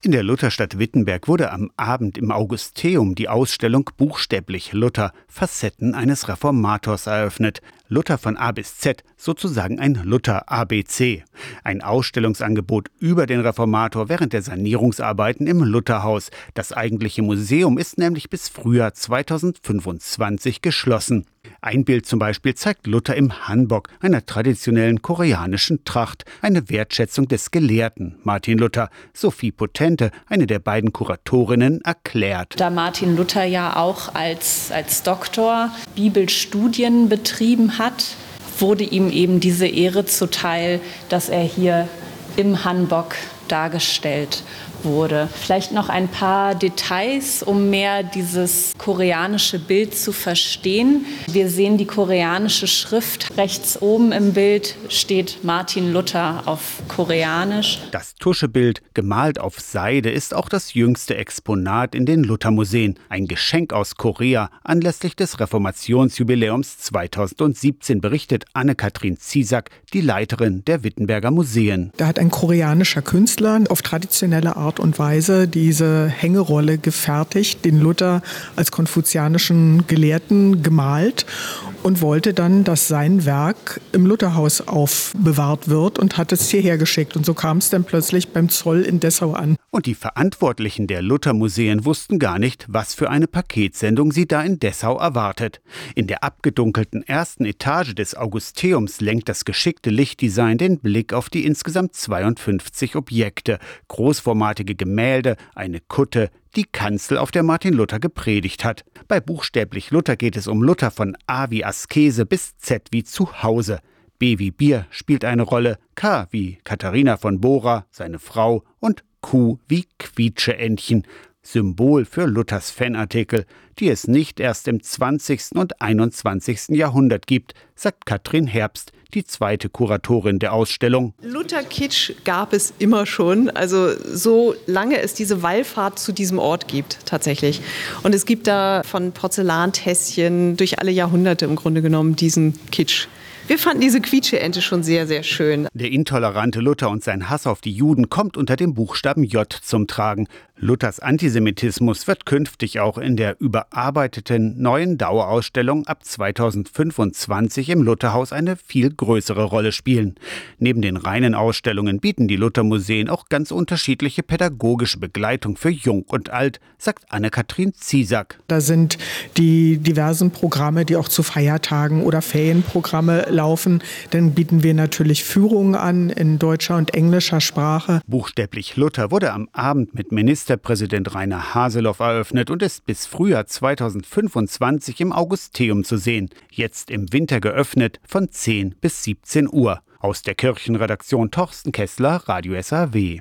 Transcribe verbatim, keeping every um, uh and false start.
In der Lutherstadt Wittenberg wurde am Abend im Augusteum die Ausstellung Buchstäblich Luther – Facetten eines Reformators eröffnet. Luther von A bis Z, sozusagen ein Luther-A B C. Ein Ausstellungsangebot über den Reformator während der Sanierungsarbeiten im Lutherhaus. Das eigentliche Museum ist nämlich bis Frühjahr zweitausendfünfundzwanzig geschlossen. Ein Bild zum Beispiel zeigt Luther im Hanbok, einer traditionellen koreanischen Tracht, eine Wertschätzung des Gelehrten Martin Luther. Sophie Potente, eine der beiden Kuratorinnen, erklärt. Da Martin Luther ja auch als, als Doktor Bibelstudien betrieben hat, wurde ihm eben diese Ehre zuteil, dass er hier im Hanbok dargestellt wurde. Vielleicht noch ein paar Details, um mehr dieses koreanische Bild zu verstehen. Wir sehen die koreanische Schrift. Rechts oben im Bild steht Martin Luther auf Koreanisch. Das Tuschebild, gemalt auf Seide, ist auch das jüngste Exponat in den Luthermuseen. Ein Geschenk aus Korea anlässlich des Reformationsjubiläums zweitausendsiebzehn, berichtet Anne-Kathrin Ziesack, die Leiterin der Wittenberger Museen. Da hat ein koreanischer Künstler auf traditionelle Art und Weise diese Hängerolle gefertigt, den Luther als konfuzianischen Gelehrten gemalt und wollte dann, dass sein Werk im Lutherhaus aufbewahrt wird und hat es hierher geschickt. Und so kam es dann plötzlich beim Zoll in Dessau an. Und die Verantwortlichen der Luthermuseen wussten gar nicht, was für eine Paketsendung sie da in Dessau erwartet. In der abgedunkelten ersten Etage des Augusteums lenkt das geschickte Lichtdesign den Blick auf die insgesamt zweiundfünfzig Objekte. Großformatige Gemälde, eine Kutte, die Kanzel, auf der Martin Luther gepredigt hat. Bei Buchstäblich Luther geht es um Luther von A wie Askese bis Z wie Zuhause. B wie Bier spielt eine Rolle, K wie Katharina von Bora, seine Frau, und Q wie Quietscheentchen. Symbol für Luthers Fanartikel, die es nicht erst im zwanzigsten und einundzwanzigsten Jahrhundert gibt, sagt Katrin Herbst, die zweite Kuratorin der Ausstellung. Luther-Kitsch gab es immer schon, also so lange es diese Wallfahrt zu diesem Ort gibt, tatsächlich. Und es gibt da von Porzellantässchen durch alle Jahrhunderte im Grunde genommen diesen Kitsch. Wir fanden diese Quietscheente schon sehr, sehr schön. Der intolerante Luther und sein Hass auf die Juden kommt unter dem Buchstaben J zum Tragen. Luthers Antisemitismus wird künftig auch in der überarbeiteten neuen Dauerausstellung ab zweitausendfünfundzwanzig im Lutherhaus eine viel größere Rolle spielen. Neben den reinen Ausstellungen bieten die Luthermuseen auch ganz unterschiedliche pädagogische Begleitung für Jung und Alt, sagt Anne-Kathrin Ziesack. Da sind die diversen Programme, die auch zu Feiertagen oder Ferienprogramme laufen. Dann bieten wir natürlich Führungen an in deutscher und englischer Sprache. Buchstäblich Luther wurde am Abend mit Ministerpräsident Rainer Haseloff eröffnet und ist bis Frühjahr zweitausendfünfundzwanzig im Augusteum zu sehen. Jetzt im Winter geöffnet von zehn bis siebzehn Uhr. Aus der Kirchenredaktion Torsten Kessler, Radio S A W.